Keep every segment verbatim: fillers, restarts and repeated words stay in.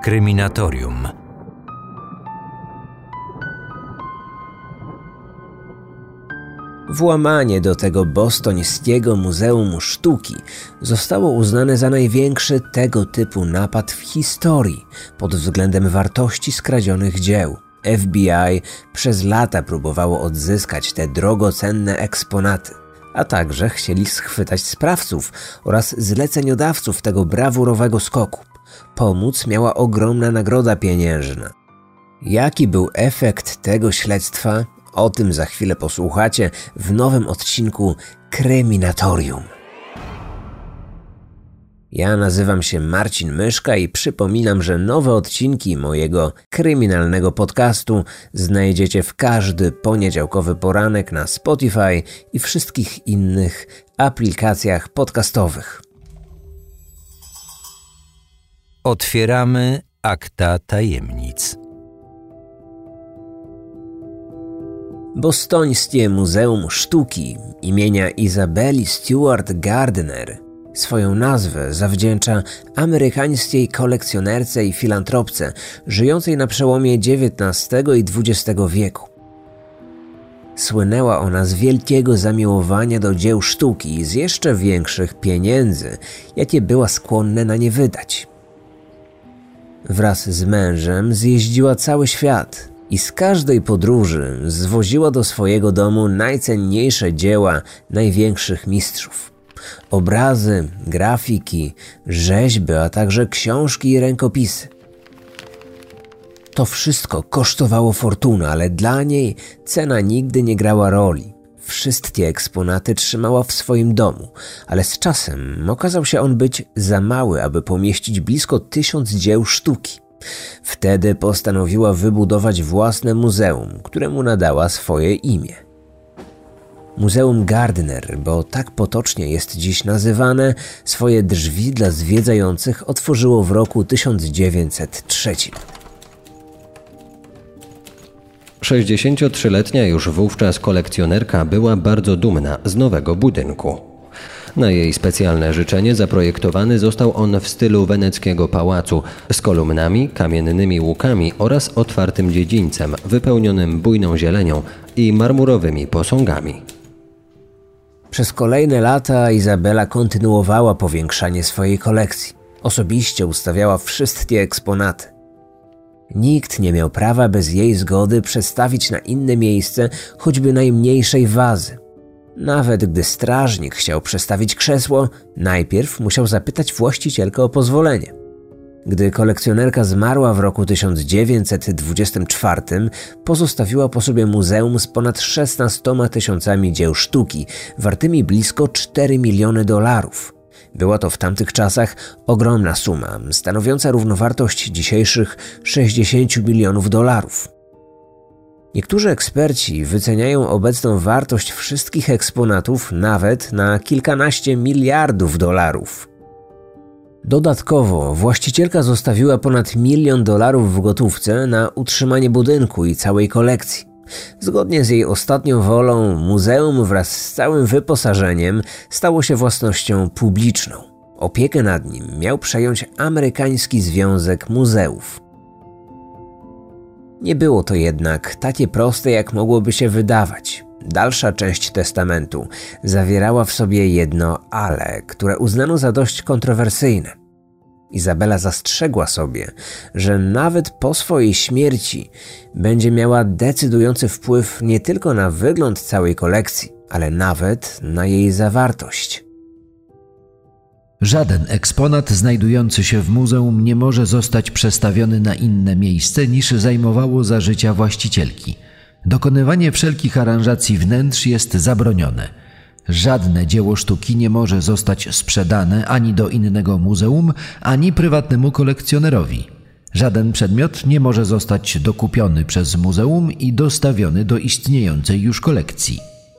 Kryminatorium. Włamanie do tego bostońskiego Muzeum Sztuki zostało uznane za największy tego typu napad w historii pod względem wartości skradzionych dzieł. F B I przez lata próbowało odzyskać te drogocenne eksponaty, a także chcieli schwytać sprawców oraz zleceniodawców tego brawurowego skoku. Pomóc miała ogromna nagroda pieniężna. Jaki był efekt tego śledztwa? O tym za chwilę posłuchacie w nowym odcinku Kryminatorium. Ja nazywam się Marcin Myszka i przypominam, że nowe odcinki mojego kryminalnego podcastu znajdziecie w każdy poniedziałkowy poranek na Spotify i wszystkich innych aplikacjach podcastowych. Otwieramy akta tajemnic. Bostońskie Muzeum Sztuki imienia Isabeli Stewart Gardner swoją nazwę zawdzięcza amerykańskiej kolekcjonerce i filantropce żyjącej na przełomie dziewiętnastego i dwudziestego wieku. Słynęła ona z wielkiego zamiłowania do dzieł sztuki i z jeszcze większych pieniędzy, jakie była skłonna na nie wydać. Wraz z mężem zjeździła cały świat i z każdej podróży zwoziła do swojego domu najcenniejsze dzieła największych mistrzów. Obrazy, grafiki, rzeźby, a także książki i rękopisy. To wszystko kosztowało fortunę, ale dla niej cena nigdy nie grała roli. Wszystkie eksponaty trzymała w swoim domu, ale z czasem okazał się on być za mały, aby pomieścić blisko tysiąc dzieł sztuki. Wtedy postanowiła wybudować własne muzeum, któremu nadała swoje imię. Muzeum Gardner, bo tak potocznie jest dziś nazywane, swoje drzwi dla zwiedzających otworzyło w roku tysiąc dziewięćset trzecim. sześćdziesięciotrzyletnia już wówczas kolekcjonerka była bardzo dumna z nowego budynku. Na jej specjalne życzenie zaprojektowany został on w stylu weneckiego pałacu z kolumnami, kamiennymi łukami oraz otwartym dziedzińcem wypełnionym bujną zielenią i marmurowymi posągami. Przez kolejne lata Izabela kontynuowała powiększanie swojej kolekcji. Osobiście ustawiała wszystkie eksponaty. Nikt nie miał prawa bez jej zgody przestawić na inne miejsce choćby najmniejszej wazy. Nawet gdy strażnik chciał przestawić krzesło, najpierw musiał zapytać właścicielkę o pozwolenie. Gdy kolekcjonerka zmarła w roku tysiąc dziewięćset dwudziestym czwartym, pozostawiła po sobie muzeum z ponad szesnastoma tysiącami dzieł sztuki, wartymi blisko cztery miliony dolarów. Była to w tamtych czasach ogromna suma, stanowiąca równowartość dzisiejszych sześćdziesięciu milionów dolarów. Niektórzy eksperci wyceniają obecną wartość wszystkich eksponatów nawet na kilkanaście miliardów dolarów. Dodatkowo właścicielka zostawiła ponad milion dolarów w gotówce na utrzymanie budynku i całej kolekcji. Zgodnie z jej ostatnią wolą, muzeum wraz z całym wyposażeniem stało się własnością publiczną. Opiekę nad nim miał przejąć Amerykański Związek Muzeów. Nie było to jednak takie proste, jak mogłoby się wydawać. Dalsza część testamentu zawierała w sobie jedno ale, które uznano za dość kontrowersyjne. Izabela zastrzegła sobie, że nawet po swojej śmierci będzie miała decydujący wpływ nie tylko na wygląd całej kolekcji, ale nawet na jej zawartość. Żaden eksponat znajdujący się w muzeum nie może zostać przestawiony na inne miejsce niż zajmowało za życia właścicielki. Dokonywanie wszelkich aranżacji wnętrz jest zabronione. Żadne dzieło sztuki nie może zostać sprzedane ani do innego muzeum, ani prywatnemu kolekcjonerowi. Żaden przedmiot nie może zostać dokupiony przez muzeum i dostawiony do istniejącej już kolekcji.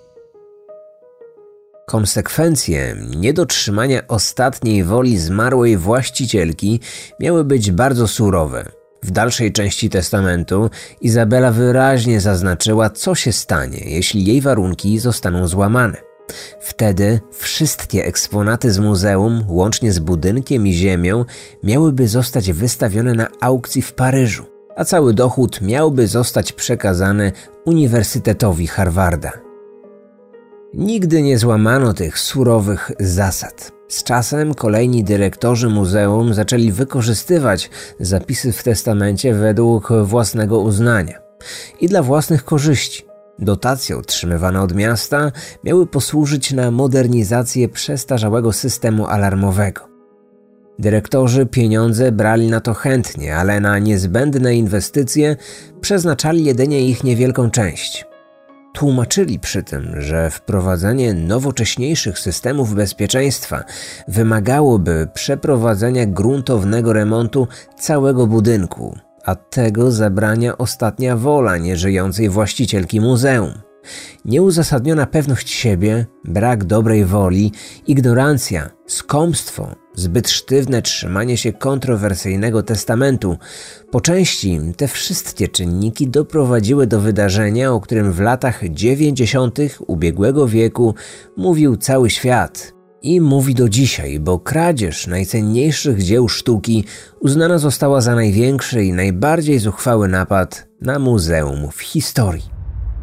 Konsekwencje niedotrzymania ostatniej woli zmarłej właścicielki miały być bardzo surowe. W dalszej części testamentu Izabela wyraźnie zaznaczyła, co się stanie, jeśli jej warunki zostaną złamane. Wtedy wszystkie eksponaty z muzeum, łącznie z budynkiem i ziemią, miałyby zostać wystawione na aukcji w Paryżu, a cały dochód miałby zostać przekazany Uniwersytetowi Harvarda. Nigdy nie złamano tych surowych zasad. Z czasem kolejni dyrektorzy muzeum zaczęli wykorzystywać zapisy w testamencie według własnego uznania i dla własnych korzyści. Dotacje otrzymywane od miasta miały posłużyć na modernizację przestarzałego systemu alarmowego. Dyrektorzy pieniądze brali na to chętnie, ale na niezbędne inwestycje przeznaczali jedynie ich niewielką część. Tłumaczyli przy tym, że wprowadzenie nowocześniejszych systemów bezpieczeństwa wymagałoby przeprowadzenia gruntownego remontu całego budynku, a tego zabrania ostatnia wola nieżyjącej właścicielki muzeum. Nieuzasadniona pewność siebie, brak dobrej woli, ignorancja, skąpstwo, zbyt sztywne trzymanie się kontrowersyjnego testamentu. Po części te wszystkie czynniki doprowadziły do wydarzenia, o którym w latach dziewięćdziesiątych ubiegłego wieku mówił cały świat. I mówi do dzisiaj, bo kradzież najcenniejszych dzieł sztuki uznana została za największy i najbardziej zuchwały napad na muzeum w historii.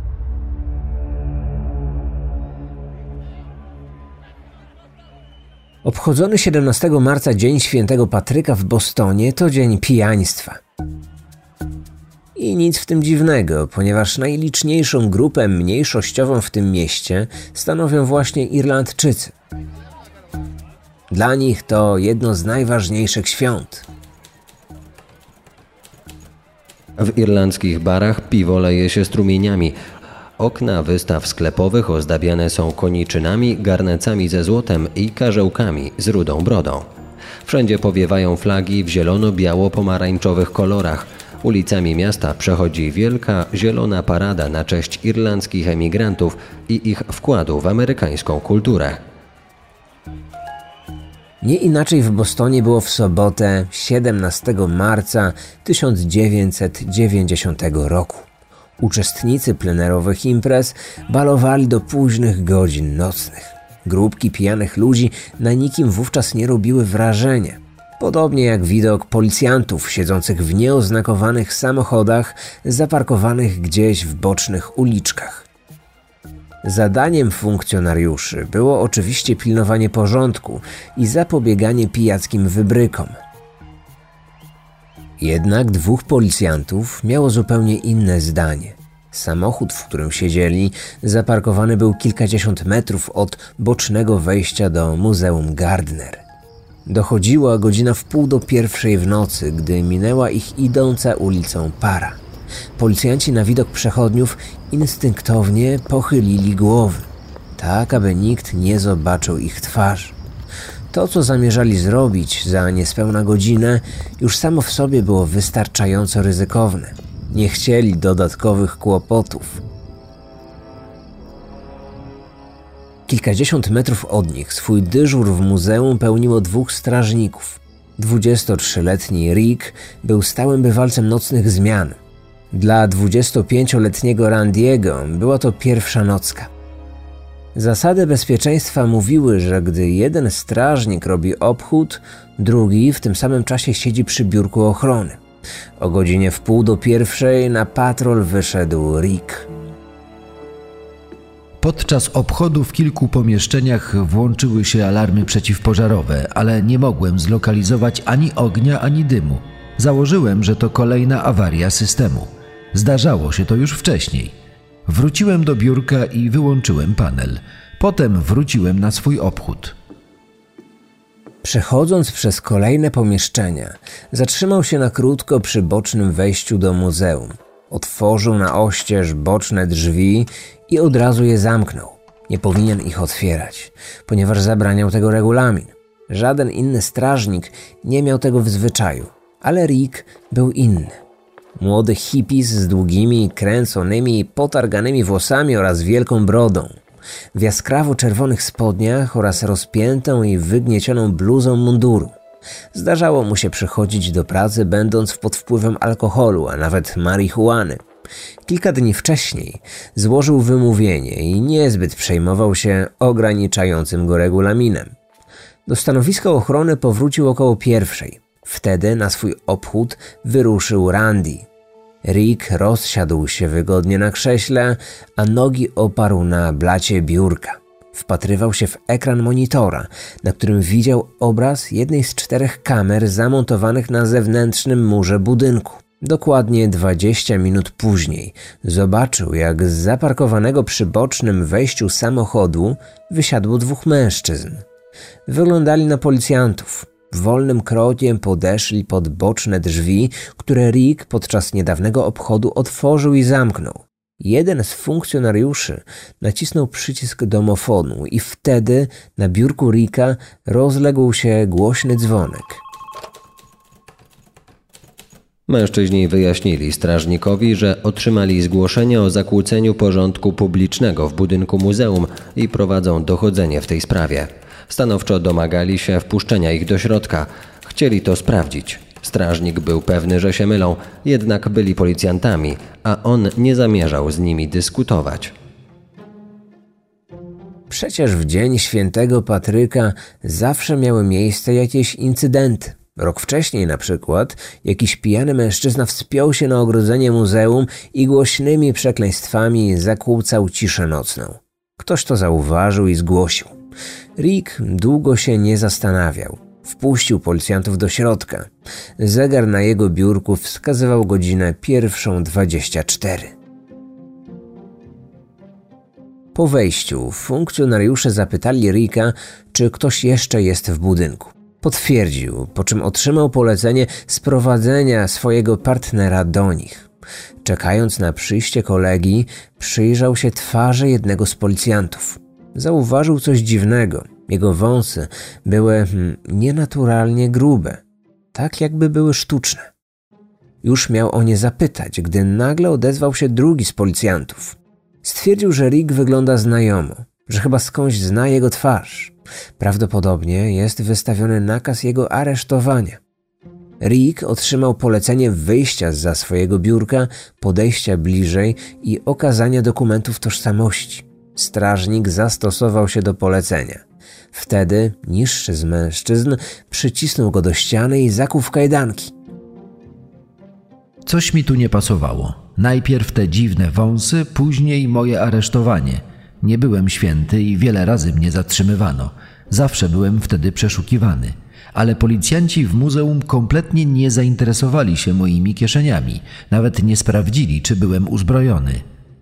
Obchodzony siedemnastego marca Dzień Świętego Patryka w Bostonie to dzień pijaństwa. I nic w tym dziwnego, ponieważ najliczniejszą grupę mniejszościową w tym mieście stanowią właśnie Irlandczycy. Dla nich to jedno z najważniejszych świąt. W irlandzkich barach piwo leje się strumieniami. Okna wystaw sklepowych ozdabiane są koniczynami, garnecami ze złotem i karzełkami z rudą brodą. Wszędzie powiewają flagi w zielono-biało-pomarańczowych kolorach. Ulicami miasta przechodzi wielka zielona parada na cześć irlandzkich emigrantów i ich wkładu w amerykańską kulturę. Nie inaczej w Bostonie było w sobotę siedemnastego marca tysiąc dziewięćset dziewięćdziesiątego roku. Uczestnicy plenerowych imprez balowali do późnych godzin nocnych. Grupki pijanych ludzi na nikim wówczas nie robiły wrażenia. Podobnie jak widok policjantów siedzących w nieoznakowanych samochodach zaparkowanych gdzieś w bocznych uliczkach. Zadaniem funkcjonariuszy było oczywiście pilnowanie porządku i zapobieganie pijackim wybrykom. Jednak dwóch policjantów miało zupełnie inne zdanie. Samochód, w którym siedzieli, zaparkowany był kilkadziesiąt metrów od bocznego wejścia do Muzeum Gardner. Dochodziła godzina w pół do pierwszej w nocy, gdy minęła ich idąca ulicą para. Policjanci na widok przechodniów instynktownie pochylili głowy, tak aby nikt nie zobaczył ich twarzy. To, co zamierzali zrobić za niespełna godzinę, już samo w sobie było wystarczająco ryzykowne. Nie chcieli dodatkowych kłopotów. Kilkadziesiąt metrów od nich swój dyżur w muzeum pełniło dwóch strażników. dwudziestotrzyletni Rick był stałym bywalcem nocnych zmian. Dla dwudziestopięcioletniego Randiego była to pierwsza nocka. Zasady bezpieczeństwa mówiły, że gdy jeden strażnik robi obchód, drugi w tym samym czasie siedzi przy biurku ochrony. O godzinie w pół do pierwszej na patrol wyszedł Rick. Podczas obchodu w kilku pomieszczeniach włączyły się alarmy przeciwpożarowe, ale nie mogłem zlokalizować ani ognia, ani dymu. Założyłem, że to kolejna awaria systemu. Zdarzało się to już wcześniej. Wróciłem do biurka i wyłączyłem panel. Potem wróciłem na swój obchód. Przechodząc przez kolejne pomieszczenia, zatrzymał się na krótko przy bocznym wejściu do muzeum. Otworzył na oścież boczne drzwi i od razu je zamknął. Nie powinien ich otwierać, ponieważ zabraniał tego regulamin. Żaden inny strażnik nie miał tego w zwyczaju, ale Rick był inny. Młody hippies z długimi, kręconymi, potarganymi włosami oraz wielką brodą. W jaskrawo-czerwonych spodniach oraz rozpiętą i wygniecioną bluzą munduru. Zdarzało mu się przychodzić do pracy będąc pod wpływem alkoholu, a nawet marihuany. Kilka dni wcześniej złożył wymówienie i niezbyt przejmował się ograniczającym go regulaminem. Do stanowiska ochrony powrócił około pierwszej. Wtedy na swój obchód wyruszył Randy. Rick rozsiadł się wygodnie na krześle, a nogi oparł na blacie biurka. Wpatrywał się w ekran monitora, na którym widział obraz jednej z czterech kamer zamontowanych na zewnętrznym murze budynku. Dokładnie dwadzieścia minut później zobaczył, jak z zaparkowanego przy bocznym wejściu samochodu wysiadło dwóch mężczyzn. Wyglądali na policjantów. Wolnym krokiem podeszli pod boczne drzwi, które Rick podczas niedawnego obchodu otworzył i zamknął. Jeden z funkcjonariuszy nacisnął przycisk domofonu i wtedy na biurku Ricka rozległ się głośny dzwonek. Mężczyźni wyjaśnili strażnikowi, że otrzymali zgłoszenie o zakłóceniu porządku publicznego w budynku muzeum i prowadzą dochodzenie w tej sprawie. Stanowczo domagali się wpuszczenia ich do środka. Chcieli to sprawdzić. Strażnik był pewny, że się mylą, jednak byli policjantami, a on nie zamierzał z nimi dyskutować. Przecież w dzień świętego Patryka zawsze miały miejsce jakieś incydenty. Rok wcześniej na przykład jakiś pijany mężczyzna wspiął się na ogrodzenie muzeum i głośnymi przekleństwami zakłócał ciszę nocną. Ktoś to zauważył i zgłosił. Rick długo się nie zastanawiał. Wpuścił policjantów do środka. Zegar na jego biurku wskazywał godzinę pierwszą dwadzieścia cztery. Po wejściu funkcjonariusze zapytali Ricka, czy ktoś jeszcze jest w budynku. Potwierdził, po czym otrzymał polecenie sprowadzenia swojego partnera do nich. Czekając na przyjście kolegi, przyjrzał się twarzy jednego z policjantów. Zauważył coś dziwnego. Jego wąsy były hmm, nienaturalnie grube, tak jakby były sztuczne. Już miał o nie zapytać, gdy nagle odezwał się drugi z policjantów. Stwierdził, że Rick wygląda znajomo, że chyba skądś zna jego twarz. Prawdopodobnie jest wystawiony nakaz jego aresztowania. Rick otrzymał polecenie wyjścia zza swojego biurka, podejścia bliżej i okazania dokumentów tożsamości. Strażnik zastosował się do polecenia. Wtedy niższy z mężczyzn przycisnął go do ściany i zakuł w kajdanki. Coś mi tu nie pasowało. Najpierw te dziwne wąsy, później moje aresztowanie. Nie byłem święty i wiele razy mnie zatrzymywano. Zawsze byłem wtedy przeszukiwany. Ale policjanci w muzeum kompletnie nie zainteresowali się moimi kieszeniami. Nawet nie sprawdzili, czy byłem uzbrojony.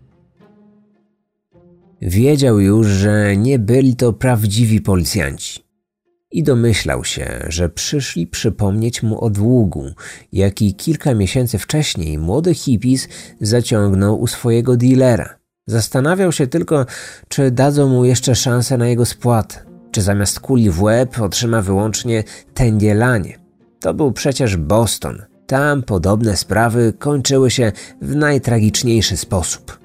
Wiedział już, że nie byli to prawdziwi policjanci. I domyślał się, że przyszli przypomnieć mu o długu, jaki kilka miesięcy wcześniej młody hippies zaciągnął u swojego dealera. Zastanawiał się tylko, czy dadzą mu jeszcze szansę na jego spłatę, czy zamiast kuli w łeb otrzyma wyłącznie tęgielanie. To był przecież Boston. Tam podobne sprawy kończyły się w najtragiczniejszy sposób.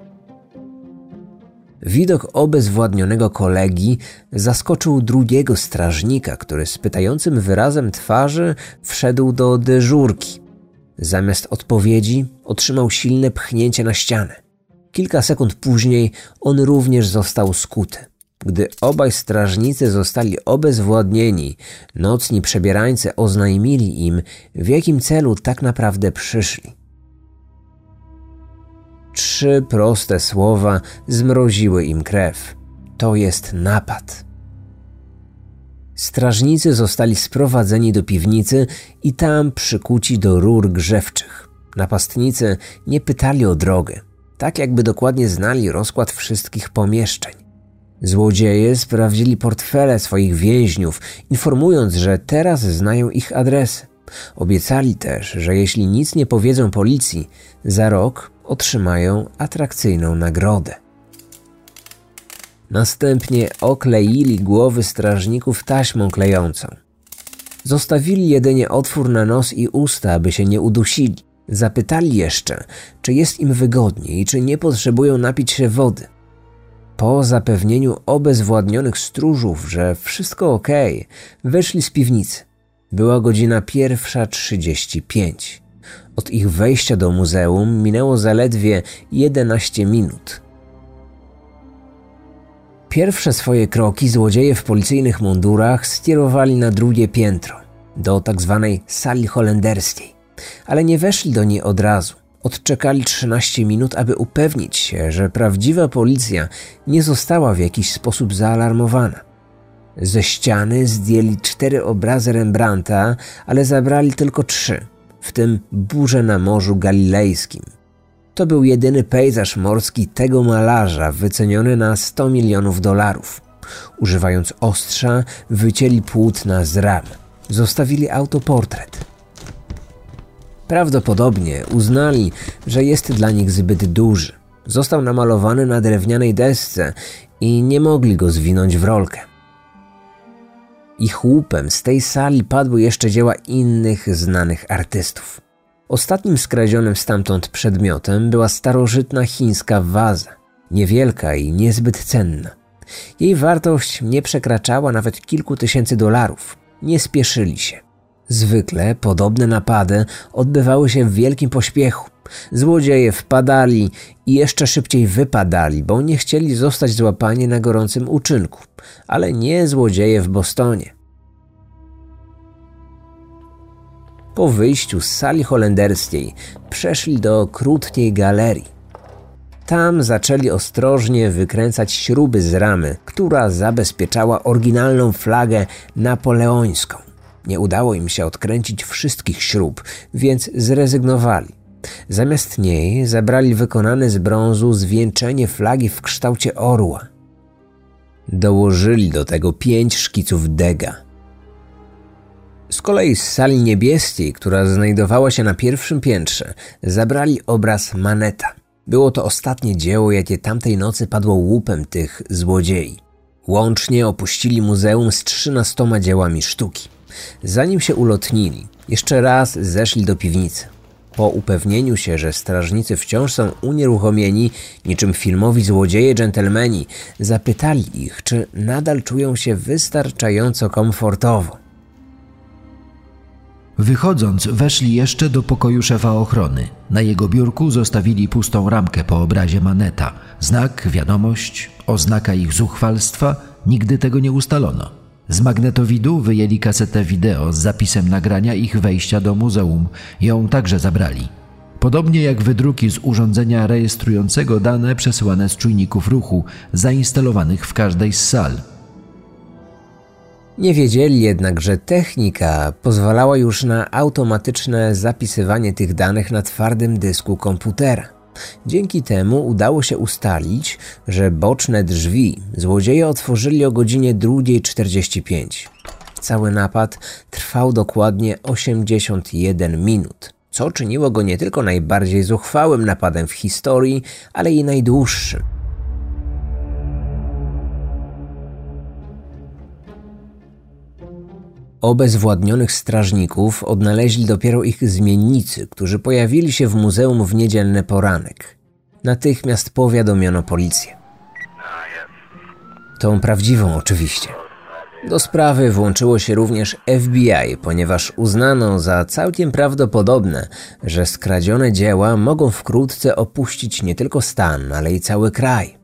Widok obezwładnionego kolegi zaskoczył drugiego strażnika, który z pytającym wyrazem twarzy wszedł do dyżurki. Zamiast odpowiedzi otrzymał silne pchnięcie na ścianę. Kilka sekund później on również został skuty. Gdy obaj strażnicy zostali obezwładnieni, nocni przebierańcy oznajmili im, w jakim celu tak naprawdę przyszli. Trzy proste słowa zmroziły im krew. To jest napad. Strażnicy zostali sprowadzeni do piwnicy i tam przykuci do rur grzewczych. Napastnicy nie pytali o drogę, tak jakby dokładnie znali rozkład wszystkich pomieszczeń. Złodzieje sprawdzili portfele swoich więźniów, informując, że teraz znają ich adresy. Obiecali też, że jeśli nic nie powiedzą policji, za rok otrzymają atrakcyjną nagrodę. Następnie okleili głowy strażników taśmą klejącą. Zostawili jedynie otwór na nos i usta, aby się nie udusili. Zapytali jeszcze, czy jest im wygodnie i czy nie potrzebują napić się wody. Po zapewnieniu obezwładnionych stróżów, że wszystko okej, wyszli z piwnicy. Była godzina pierwsza trzydzieści pięć. Od ich wejścia do muzeum minęło zaledwie jedenaście minut. Pierwsze swoje kroki złodzieje w policyjnych mundurach skierowali na drugie piętro, do tak zwanej sali holenderskiej, ale nie weszli do niej od razu. Odczekali trzynaście minut, aby upewnić się, że prawdziwa policja nie została w jakiś sposób zaalarmowana. Ze ściany zdjęli cztery obrazy Rembrandta, ale zabrali tylko trzy, w tym Burzę na Morzu Galilejskim. To był jedyny pejzaż morski tego malarza, wyceniony na sto milionów dolarów. Używając ostrza, wycięli płótna z ram. Zostawili autoportret. Prawdopodobnie uznali, że jest dla nich zbyt duży. Został namalowany na drewnianej desce i nie mogli go zwinąć w rolkę. Ich łupem z tej sali padły jeszcze dzieła innych znanych artystów. Ostatnim skradzionym stamtąd przedmiotem była starożytna chińska waza, niewielka i niezbyt cenna. Jej wartość nie przekraczała nawet kilku tysięcy dolarów. Nie spieszyli się. Zwykle podobne napady odbywały się w wielkim pośpiechu. Złodzieje wpadali i jeszcze szybciej wypadali, bo nie chcieli zostać złapani na gorącym uczynku, ale nie złodzieje w Bostonie. Po wyjściu z sali holenderskiej przeszli do krótkiej galerii. Tam zaczęli ostrożnie wykręcać śruby z ramy, która zabezpieczała oryginalną flagę napoleońską. Nie udało im się odkręcić wszystkich śrub, więc zrezygnowali. Zamiast niej zabrali wykonane z brązu zwieńczenie flagi w kształcie orła. Dołożyli do tego pięć szkiców Dega. Z kolei z sali niebieskiej, która znajdowała się na pierwszym piętrze, zabrali obraz Maneta. Było to ostatnie dzieło, jakie tamtej nocy padło łupem tych złodziei. Łącznie opuścili muzeum z trzynastoma dziełami sztuki. Zanim się ulotnili, jeszcze raz zeszli do piwnicy. Po upewnieniu się, że strażnicy wciąż są unieruchomieni, niczym filmowi złodzieje dżentelmeni, zapytali ich, czy nadal czują się wystarczająco komfortowo. Wychodząc, weszli jeszcze do pokoju szefa ochrony. Na jego biurku zostawili pustą ramkę po obrazie Maneta. Znak, wiadomość, oznaka ich zuchwalstwa, nigdy tego nie ustalono. Z magnetowidu wyjęli kasetę wideo z zapisem nagrania ich wejścia do muzeum. Ją także zabrali. Podobnie jak wydruki z urządzenia rejestrującego dane przesyłane z czujników ruchu zainstalowanych w każdej z sal. Nie wiedzieli jednak, że technika pozwalała już na automatyczne zapisywanie tych danych na twardym dysku komputera. Dzięki temu udało się ustalić, że boczne drzwi złodzieje otworzyli o godzinie drugiej czterdzieści pięć. Cały napad trwał dokładnie osiemdziesiąt jeden minut, co czyniło go nie tylko najbardziej zuchwałym napadem w historii, ale i najdłuższym. Obezwładnionych strażników odnaleźli dopiero ich zmiennicy, którzy pojawili się w muzeum w niedzielny poranek. Natychmiast powiadomiono policję. Tą prawdziwą oczywiście. Do sprawy włączyło się również F B I, ponieważ uznano za całkiem prawdopodobne, że skradzione dzieła mogą wkrótce opuścić nie tylko stan, ale i cały kraj.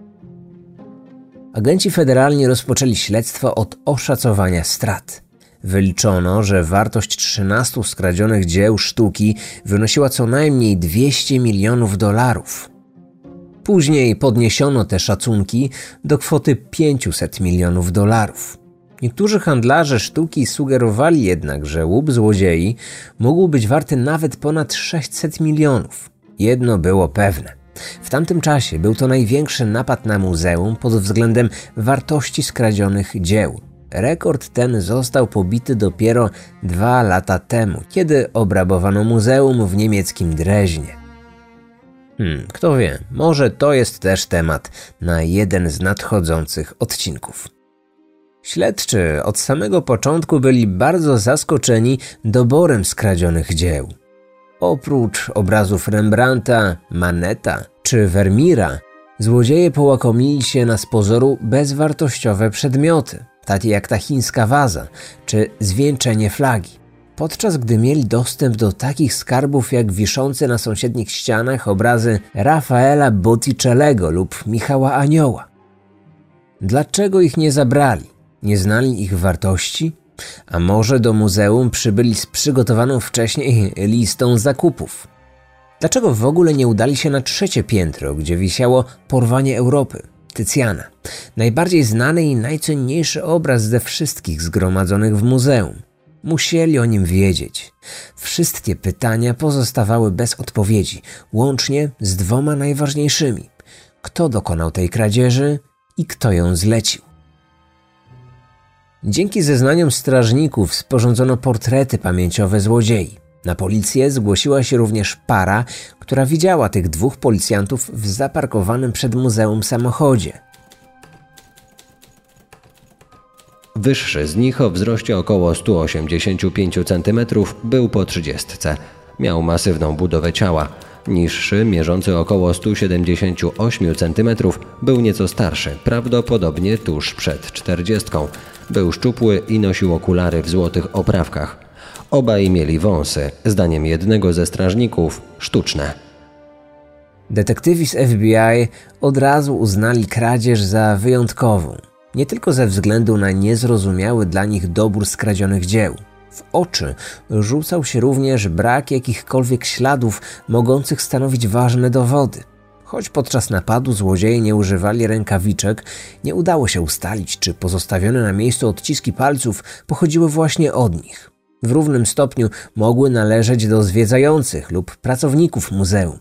Agenci federalni rozpoczęli śledztwo od oszacowania strat. Wyliczono, że wartość trzynastu skradzionych dzieł sztuki wynosiła co najmniej dwieście milionów dolarów. Później podniesiono te szacunki do kwoty pięćset milionów dolarów. Niektórzy handlarze sztuki sugerowali jednak, że łup złodziei mógł być warty nawet ponad sześćset milionów. Jedno było pewne. W tamtym czasie był to największy napad na muzeum pod względem wartości skradzionych dzieł. Rekord ten został pobity dopiero dwa lata temu, kiedy obrabowano muzeum w niemieckim Dreźnie. Hmm, kto wie, może to jest też temat na jeden z nadchodzących odcinków. Śledczy od samego początku byli bardzo zaskoczeni doborem skradzionych dzieł. Oprócz obrazów Rembrandta, Maneta czy Vermeera, złodzieje połakomili się na z pozoru bezwartościowe przedmioty, takie jak ta chińska waza czy zwieńczenie flagi. podczas gdy mieli dostęp do takich skarbów jak wiszące na sąsiednich ścianach obrazy Rafaela Botticellego lub Michała Anioła. Dlaczego ich nie zabrali? Nie znali ich wartości? A może do muzeum przybyli z przygotowaną wcześniej listą zakupów? Dlaczego w ogóle nie udali się na trzecie piętro, gdzie wisiało Porwanie Europy, Tycjana, najbardziej znany i najcenniejszy obraz ze wszystkich zgromadzonych w muzeum? Musieli o nim wiedzieć. Wszystkie pytania pozostawały bez odpowiedzi, łącznie z dwoma najważniejszymi. Kto dokonał tej kradzieży i kto ją zlecił? Dzięki zeznaniom strażników sporządzono portrety pamięciowe złodziei. Na policję zgłosiła się również para, która widziała tych dwóch policjantów w zaparkowanym przed muzeum samochodzie. Wyższy z nich, o wzroście około sto osiemdziesiąt pięć centymetrów, był po trzydziestce. Miał masywną budowę ciała. Niższy, mierzący około sto siedemdziesiąt osiem centymetrów, był nieco starszy, prawdopodobnie tuż przed czterdziestką. Był szczupły i nosił okulary w złotych oprawkach. Obaj mieli wąsy, zdaniem jednego ze strażników, sztuczne. Detektywi z F B I od razu uznali kradzież za wyjątkową. Nie tylko ze względu na niezrozumiały dla nich dobór skradzionych dzieł. W oczy rzucał się również brak jakichkolwiek śladów mogących stanowić ważne dowody. Choć podczas napadu złodzieje nie używali rękawiczek, nie udało się ustalić, czy pozostawione na miejscu odciski palców pochodziły właśnie od nich. W równym stopniu mogły należeć do zwiedzających lub pracowników muzeum.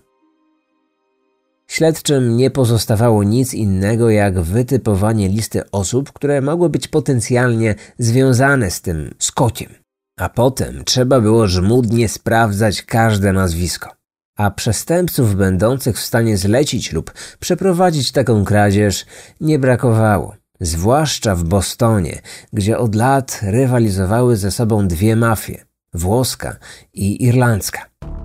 Śledczym nie pozostawało nic innego jak wytypowanie listy osób, które mogły być potencjalnie związane z tym skokiem. A potem trzeba było żmudnie sprawdzać każde nazwisko. A przestępców będących w stanie zlecić lub przeprowadzić taką kradzież nie brakowało. Zwłaszcza w Bostonie, gdzie od lat rywalizowały ze sobą dwie mafie – włoska i irlandzka.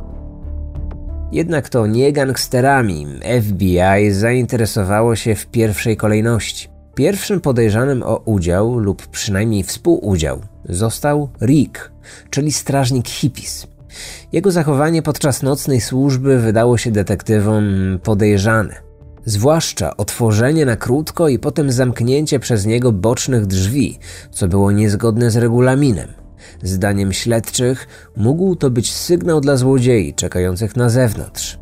Jednak to nie gangsterami F B I zainteresowało się w pierwszej kolejności. Pierwszym podejrzanym o udział lub przynajmniej współudział został Rick, czyli strażnik hippies. Jego zachowanie podczas nocnej służby wydało się detektywom podejrzane. Zwłaszcza otworzenie na krótko i potem zamknięcie przez niego bocznych drzwi, co było niezgodne z regulaminem. Zdaniem śledczych mógł to być sygnał dla złodziei czekających na zewnątrz.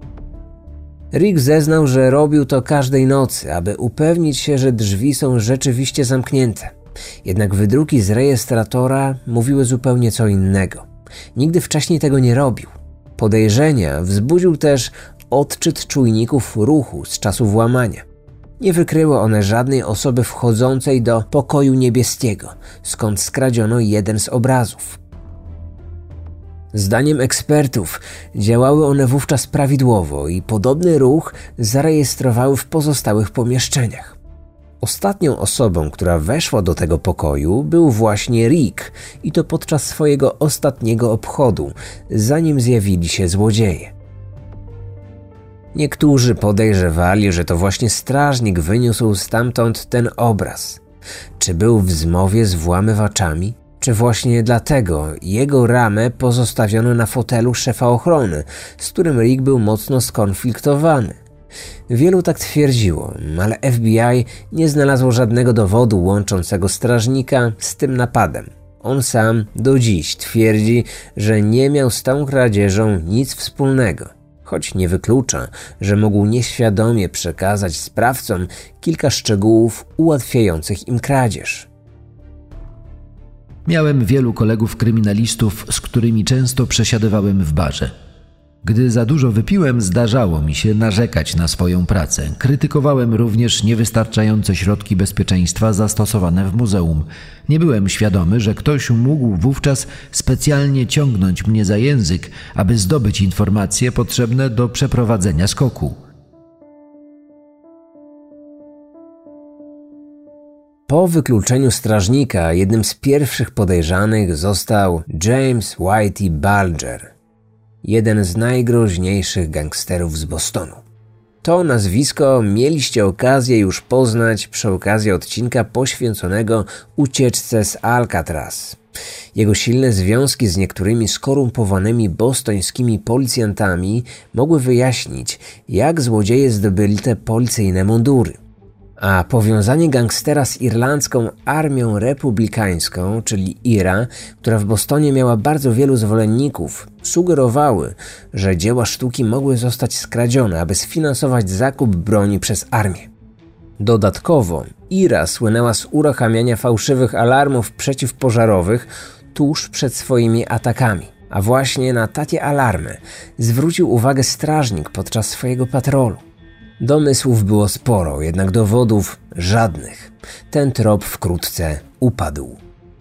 Rick zeznał, że robił to każdej nocy, aby upewnić się, że drzwi są rzeczywiście zamknięte. Jednak wydruki z rejestratora mówiły zupełnie co innego. Nigdy wcześniej tego nie robił. Podejrzenia wzbudził też odczyt czujników ruchu z czasu włamania. Nie wykryły one żadnej osoby wchodzącej do pokoju niebieskiego, skąd skradziono jeden z obrazów. Zdaniem ekspertów działały one wówczas prawidłowo i podobny ruch zarejestrowały w pozostałych pomieszczeniach. Ostatnią osobą, która weszła do tego pokoju, był właśnie Rick i to podczas swojego ostatniego obchodu, zanim zjawili się złodzieje. Niektórzy podejrzewali, że to właśnie strażnik wyniósł stamtąd ten obraz. Czy był w zmowie z włamywaczami? Czy właśnie dlatego jego ramę pozostawiono na fotelu szefa ochrony, z którym Rick był mocno skonfliktowany? Wielu tak twierdziło, ale F B I nie znalazło żadnego dowodu łączącego strażnika z tym napadem. On sam do dziś twierdzi, że nie miał z tą kradzieżą nic wspólnego, choć nie wyklucza, że mógł nieświadomie przekazać sprawcom kilka szczegółów ułatwiających im kradzież. Miałem wielu kolegów kryminalistów, z którymi często przesiadywałem w barze. Gdy za dużo wypiłem, zdarzało mi się narzekać na swoją pracę. Krytykowałem również niewystarczające środki bezpieczeństwa zastosowane w muzeum. Nie byłem świadomy, że ktoś mógł wówczas specjalnie ciągnąć mnie za język, aby zdobyć informacje potrzebne do przeprowadzenia skoku. Po wykluczeniu strażnika jednym z pierwszych podejrzanych został James Whitey Bulger, jeden z najgroźniejszych gangsterów z Bostonu. To nazwisko mieliście okazję już poznać przy okazji odcinka poświęconego ucieczce z Alcatraz. Jego silne związki z niektórymi skorumpowanymi bostońskimi policjantami mogły wyjaśnić, jak złodzieje zdobyli te policyjne mundury. A powiązanie gangstera z irlandzką armią republikańską, czyli I R A, która w Bostonie miała bardzo wielu zwolenników, sugerowały, że dzieła sztuki mogły zostać skradzione, aby sfinansować zakup broni przez armię. Dodatkowo I R A słynęła z uruchamiania fałszywych alarmów przeciwpożarowych tuż przed swoimi atakami, a właśnie na takie alarmy zwrócił uwagę strażnik podczas swojego patrolu. Domysłów było sporo, jednak dowodów żadnych. Ten trop wkrótce upadł.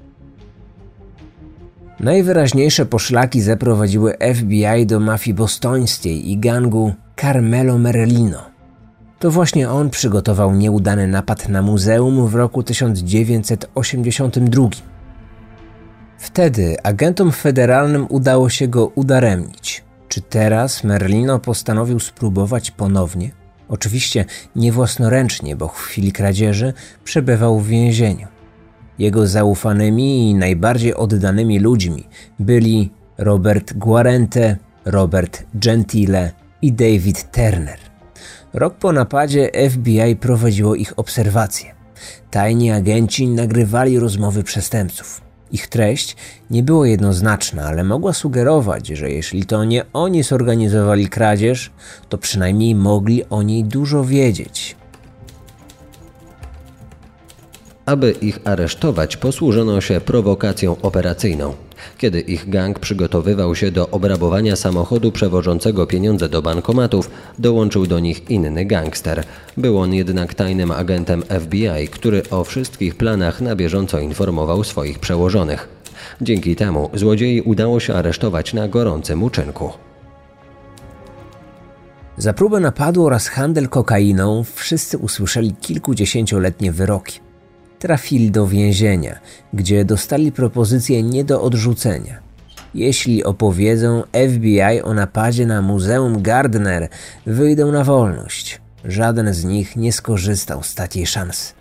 Najwyraźniejsze poszlaki zaprowadziły F B I do mafii bostońskiej i gangu Carmelo Merlino. To właśnie on przygotował nieudany napad na muzeum w roku tysiąc dziewięćset osiemdziesiątym drugim. Wtedy agentom federalnym udało się go udaremnić. Czy teraz Merlino postanowił spróbować ponownie? Oczywiście nie własnoręcznie, bo w chwili kradzieży przebywał w więzieniu. Jego zaufanymi i najbardziej oddanymi ludźmi byli Robert Guarente, Robert Gentile i David Turner. Rok po napadzie F B I prowadziło ich obserwacje. Tajni agenci nagrywali rozmowy przestępców. Ich treść nie była jednoznaczna, ale mogła sugerować, że jeśli to nie oni zorganizowali kradzież, to przynajmniej mogli o niej dużo wiedzieć. Aby ich aresztować, posłużono się prowokacją operacyjną. Kiedy ich gang przygotowywał się do obrabowania samochodu przewożącego pieniądze do bankomatów, dołączył do nich inny gangster. Był on jednak tajnym agentem F B I, który o wszystkich planach na bieżąco informował swoich przełożonych. Dzięki temu złodziei udało się aresztować na gorącym uczynku. Za próbę napadu oraz handel kokainą wszyscy usłyszeli kilkudziesięcioletnie wyroki. Trafili do więzienia, gdzie dostali propozycję nie do odrzucenia. Jeśli opowiedzą F B I o napadzie na Muzeum Gardner, wyjdą na wolność. Żaden z nich nie skorzystał z takiej szansy.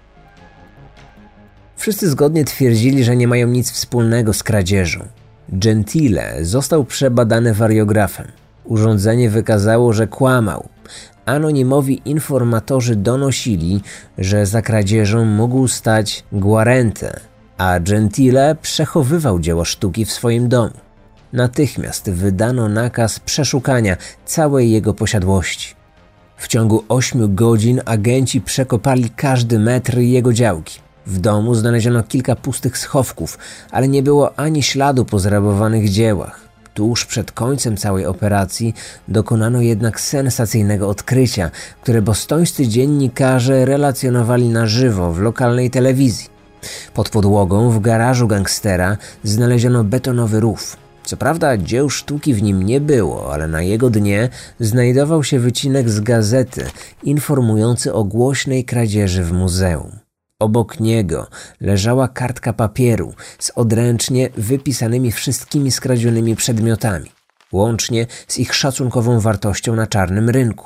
Wszyscy zgodnie twierdzili, że nie mają nic wspólnego z kradzieżą. Gentile został przebadany wariografem. Urządzenie wykazało, że kłamał. Anonimowi informatorzy donosili, że za kradzieżą mógł stać Guarente, a Gentile przechowywał dzieło sztuki w swoim domu. Natychmiast wydano nakaz przeszukania całej jego posiadłości. W ciągu ośmiu godzin agenci przekopali każdy metr jego działki. W domu znaleziono kilka pustych schowków, ale nie było ani śladu po zrabowanych dziełach. Tuż przed końcem całej operacji dokonano jednak sensacyjnego odkrycia, które bostońscy dziennikarze relacjonowali na żywo w lokalnej telewizji. Pod podłogą w garażu gangstera znaleziono betonowy rów. Co prawda dzieł sztuki w nim nie było, ale na jego dnie znajdował się wycinek z gazety informujący o głośnej kradzieży w muzeum. Obok niego leżała kartka papieru z odręcznie wypisanymi wszystkimi skradzionymi przedmiotami, łącznie z ich szacunkową wartością na czarnym rynku.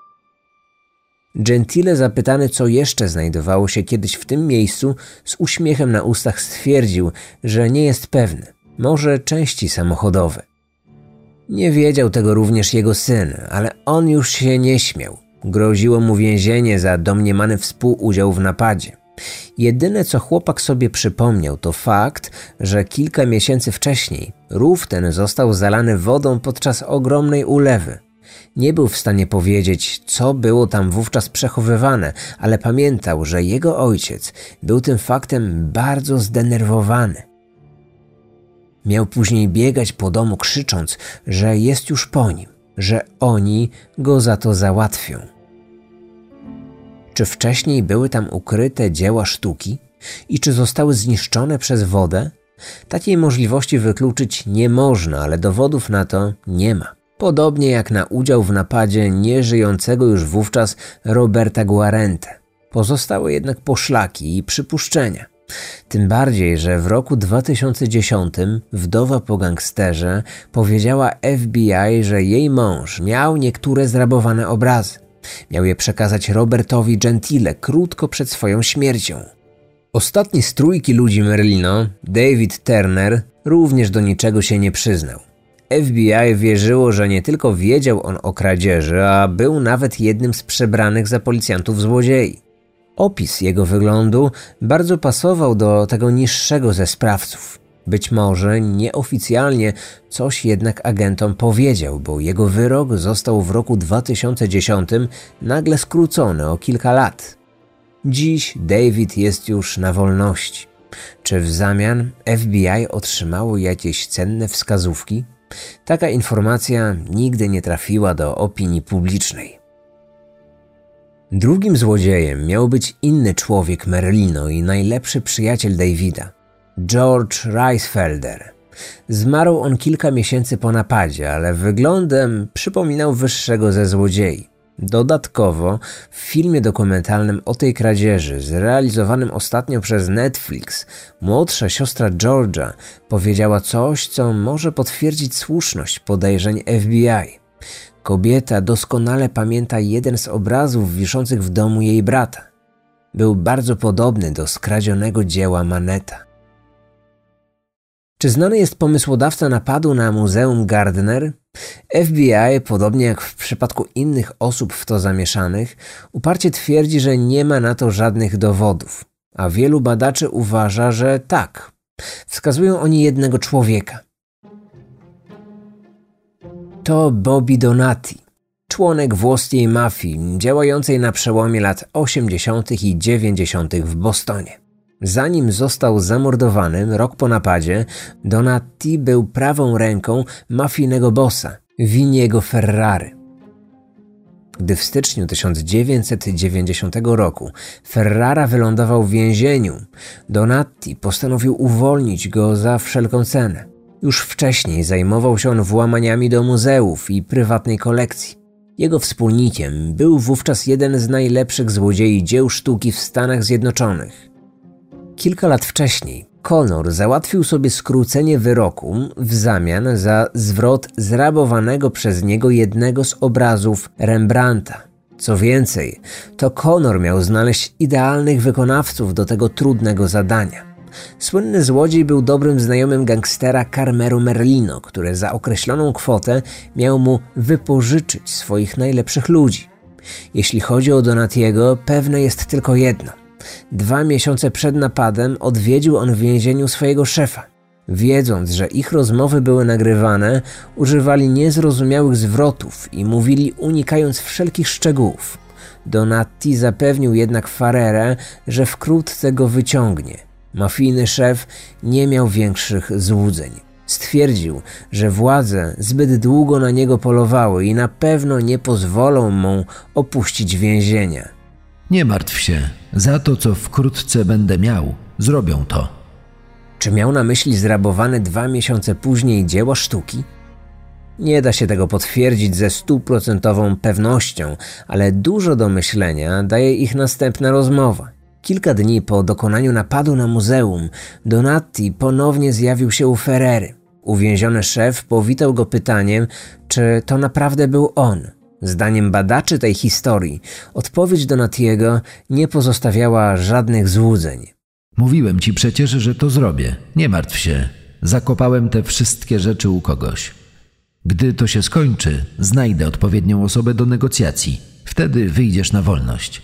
Gentile, zapytany, co jeszcze znajdowało się kiedyś w tym miejscu, z uśmiechem na ustach stwierdził, że nie jest pewny, może części samochodowe. Nie wiedział tego również jego syn, ale on już się nie śmiał. Groziło mu więzienie za domniemany współudział w napadzie. Jedyne, co chłopak sobie przypomniał, to fakt, że kilka miesięcy wcześniej rów ten został zalany wodą podczas ogromnej ulewy. Nie był w stanie powiedzieć, co było tam wówczas przechowywane, ale pamiętał, że jego ojciec był tym faktem bardzo zdenerwowany. Miał później biegać po domu, krzycząc, że jest już po nim, że oni go za to załatwią. Czy wcześniej były tam ukryte dzieła sztuki i czy zostały zniszczone przez wodę? Takiej możliwości wykluczyć nie można, ale dowodów na to nie ma. Podobnie jak na udział w napadzie nieżyjącego już wówczas Roberta Guarente. Pozostały jednak poszlaki i przypuszczenia. Tym bardziej, że w roku dwa tysiące dziesiątym wdowa po gangsterze powiedziała F B I, że jej mąż miał niektóre zrabowane obrazy. Miał je przekazać Robertowi Gentile krótko przed swoją śmiercią. Ostatni z trójki ludzi Merlino, David Turner, również do niczego się nie przyznał. F B I wierzyło, że nie tylko wiedział on o kradzieży, a był nawet jednym z przebranych za policjantów złodziei. Opis jego wyglądu bardzo pasował do tego niższego ze sprawców. Być może nieoficjalnie coś jednak agentom powiedział, bo jego wyrok został w roku dwa tysiące dziesiątym nagle skrócony o kilka lat. Dziś David jest już na wolności. Czy w zamian F B I otrzymało jakieś cenne wskazówki? Taka informacja nigdy nie trafiła do opinii publicznej. Drugim złodziejem miał być inny człowiek Merlino i najlepszy przyjaciel Davida, George Reisfelder. Zmarł on kilka miesięcy po napadzie, ale wyglądem przypominał wyższego ze złodziei. Dodatkowo w filmie dokumentalnym o tej kradzieży, zrealizowanym ostatnio przez Netflix, młodsza siostra George'a powiedziała coś, co może potwierdzić słuszność podejrzeń F B I. Kobieta doskonale pamięta jeden z obrazów wiszących w domu jej brata. Był bardzo podobny do skradzionego dzieła Maneta. Czy znany jest pomysłodawca napadu na Muzeum Gardner? F B I, podobnie jak w przypadku innych osób w to zamieszanych, uparcie twierdzi, że nie ma na to żadnych dowodów, a wielu badaczy uważa, że tak. Wskazują oni jednego człowieka. To Bobby Donati, członek włoskiej mafii działającej na przełomie lat osiemdziesiątych i dziewięćdziesiątych w Bostonie. Zanim został zamordowany rok po napadzie, Donati był prawą ręką mafijnego bossa, Viniego Ferrary. Gdy w styczniu tysiąc dziewięćset dziewięćdziesiątego roku Ferrara wylądował w więzieniu, Donati postanowił uwolnić go za wszelką cenę. Już wcześniej zajmował się on włamaniami do muzeów i prywatnej kolekcji. Jego wspólnikiem był wówczas jeden z najlepszych złodziei dzieł sztuki w Stanach Zjednoczonych. Kilka lat wcześniej Connor załatwił sobie skrócenie wyroku w zamian za zwrot zrabowanego przez niego jednego z obrazów Rembrandta. Co więcej, to Connor miał znaleźć idealnych wykonawców do tego trudnego zadania. Słynny złodziej był dobrym znajomym gangstera Carmelo Merlino, który za określoną kwotę miał mu wypożyczyć swoich najlepszych ludzi. Jeśli chodzi o Donatiego, pewne jest tylko jedno. Dwa miesiące przed napadem odwiedził on w więzieniu swojego szefa. Wiedząc, że ich rozmowy były nagrywane, używali niezrozumiałych zwrotów i mówili unikając wszelkich szczegółów. Donati zapewnił jednak Ferrerę, że wkrótce go wyciągnie. Mafijny szef nie miał większych złudzeń. Stwierdził, że władze zbyt długo na niego polowały i na pewno nie pozwolą mu opuścić więzienia. Nie martw się, za to co wkrótce będę miał, zrobią to. Czy miał na myśli zrabowane dwa miesiące później dzieła sztuki? Nie da się tego potwierdzić ze stuprocentową pewnością, ale dużo do myślenia daje ich następna rozmowa. Kilka dni po dokonaniu napadu na muzeum, Donati ponownie zjawił się u Ferrery. Uwięziony szef powitał go pytaniem, czy to naprawdę był on. Zdaniem badaczy tej historii, odpowiedź Donatiego nie pozostawiała żadnych złudzeń. Mówiłem ci przecież, że to zrobię. Nie martw się. Zakopałem te wszystkie rzeczy u kogoś. Gdy to się skończy, znajdę odpowiednią osobę do negocjacji. Wtedy wyjdziesz na wolność.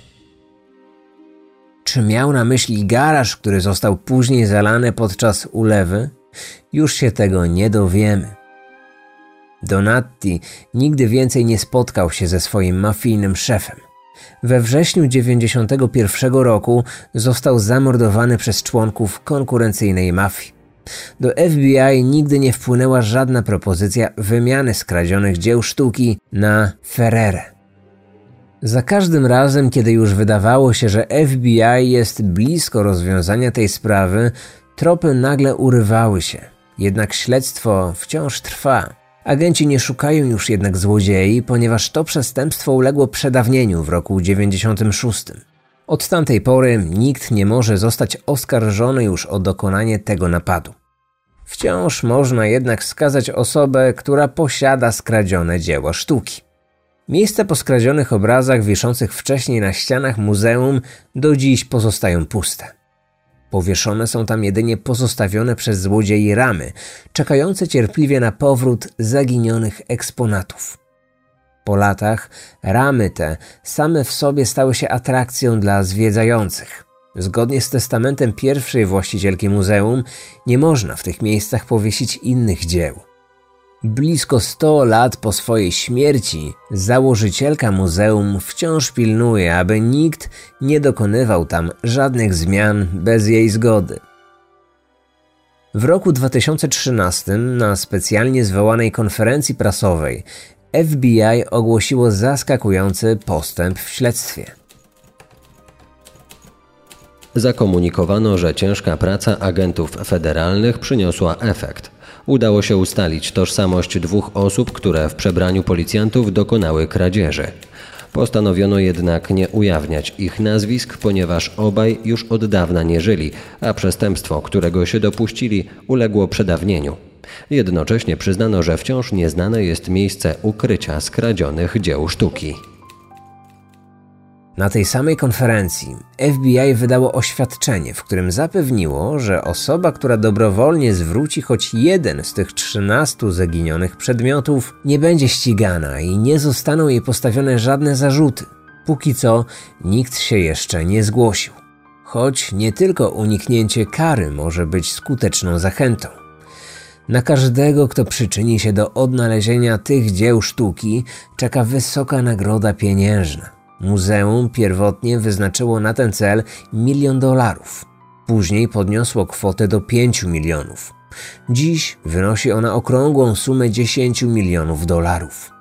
Czy miał na myśli garaż, który został później zalany podczas ulewy? Już się tego nie dowiemy. Donati nigdy więcej nie spotkał się ze swoim mafijnym szefem. We wrześniu dziewięćdziesiątego pierwszego roku został zamordowany przez członków konkurencyjnej mafii. Do F B I nigdy nie wpłynęła żadna propozycja wymiany skradzionych dzieł sztuki na Ferrerę. Za każdym razem, kiedy już wydawało się, że F B I jest blisko rozwiązania tej sprawy, tropy nagle urywały się. Jednak śledztwo wciąż trwa. Agenci nie szukają już jednak złodziei, ponieważ to przestępstwo uległo przedawnieniu w roku dziewięćdziesiątym szóstym. Od tamtej pory nikt nie może zostać oskarżony już o dokonanie tego napadu. Wciąż można jednak skazać osobę, która posiada skradzione dzieła sztuki. Miejsca po skradzionych obrazach wiszących wcześniej na ścianach muzeum do dziś pozostają puste. Powieszone są tam jedynie pozostawione przez złodziei ramy, czekające cierpliwie na powrót zaginionych eksponatów. Po latach ramy te same w sobie stały się atrakcją dla zwiedzających. Zgodnie z testamentem pierwszej właścicielki muzeum nie można w tych miejscach powiesić innych dzieł. Blisko sto lat po swojej śmierci założycielka muzeum wciąż pilnuje, aby nikt nie dokonywał tam żadnych zmian bez jej zgody. W roku dwa tysiące trzynastym na specjalnie zwołanej konferencji prasowej F B I ogłosiło zaskakujący postęp w śledztwie. Zakomunikowano, że ciężka praca agentów federalnych przyniosła efekt. Udało się ustalić tożsamość dwóch osób, które w przebraniu policjantów dokonały kradzieży. Postanowiono jednak nie ujawniać ich nazwisk, ponieważ obaj już od dawna nie żyli, a przestępstwo, którego się dopuścili, uległo przedawnieniu. Jednocześnie przyznano, że wciąż nieznane jest miejsce ukrycia skradzionych dzieł sztuki. Na tej samej konferencji F B I wydało oświadczenie, w którym zapewniło, że osoba, która dobrowolnie zwróci choć jeden z tych trzynastu zaginionych przedmiotów, nie będzie ścigana i nie zostaną jej postawione żadne zarzuty. Póki co nikt się jeszcze nie zgłosił. Choć nie tylko uniknięcie kary może być skuteczną zachętą. Na każdego, kto przyczyni się do odnalezienia tych dzieł sztuki, czeka wysoka nagroda pieniężna. Muzeum pierwotnie wyznaczyło na ten cel milion dolarów. Później podniosło kwotę do pięciu milionów. Dziś wynosi ona okrągłą sumę dziesięciu milionów dolarów.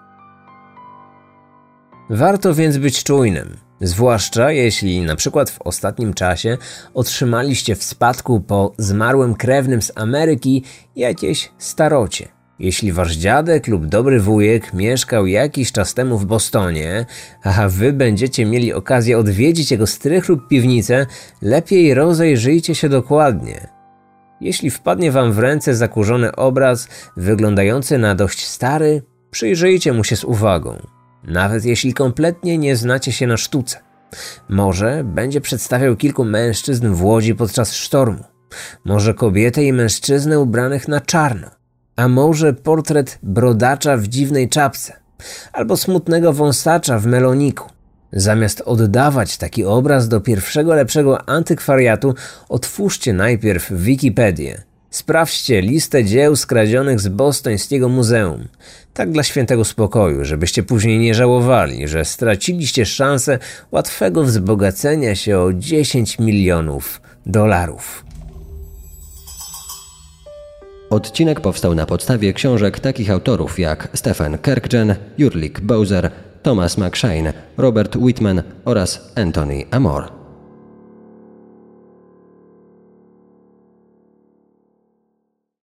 Warto więc być czujnym, zwłaszcza jeśli na przykład w ostatnim czasie otrzymaliście w spadku po zmarłym krewnym z Ameryki jakieś starocie. Jeśli wasz dziadek lub dobry wujek mieszkał jakiś czas temu w Bostonie, a wy będziecie mieli okazję odwiedzić jego strych lub piwnicę, lepiej rozejrzyjcie się dokładnie. Jeśli wpadnie wam w ręce zakurzony obraz wyglądający na dość stary, przyjrzyjcie mu się z uwagą. Nawet jeśli kompletnie nie znacie się na sztuce. Może będzie przedstawiał kilku mężczyzn w łodzi podczas sztormu. Może kobietę i mężczyznę ubranych na czarno. A może portret brodacza w dziwnej czapce, albo smutnego wąsacza w meloniku. Zamiast oddawać taki obraz do pierwszego lepszego antykwariatu, otwórzcie najpierw Wikipedię. Sprawdźcie listę dzieł skradzionych z bostońskiego muzeum. Tak dla świętego spokoju, żebyście później nie żałowali, że straciliście szansę łatwego wzbogacenia się o dziesięć milionów dolarów. Odcinek powstał na podstawie książek takich autorów jak Stephen Kerkgen, Jurlik Bowser, Thomas McShane, Robert Whitman oraz Anthony Amor.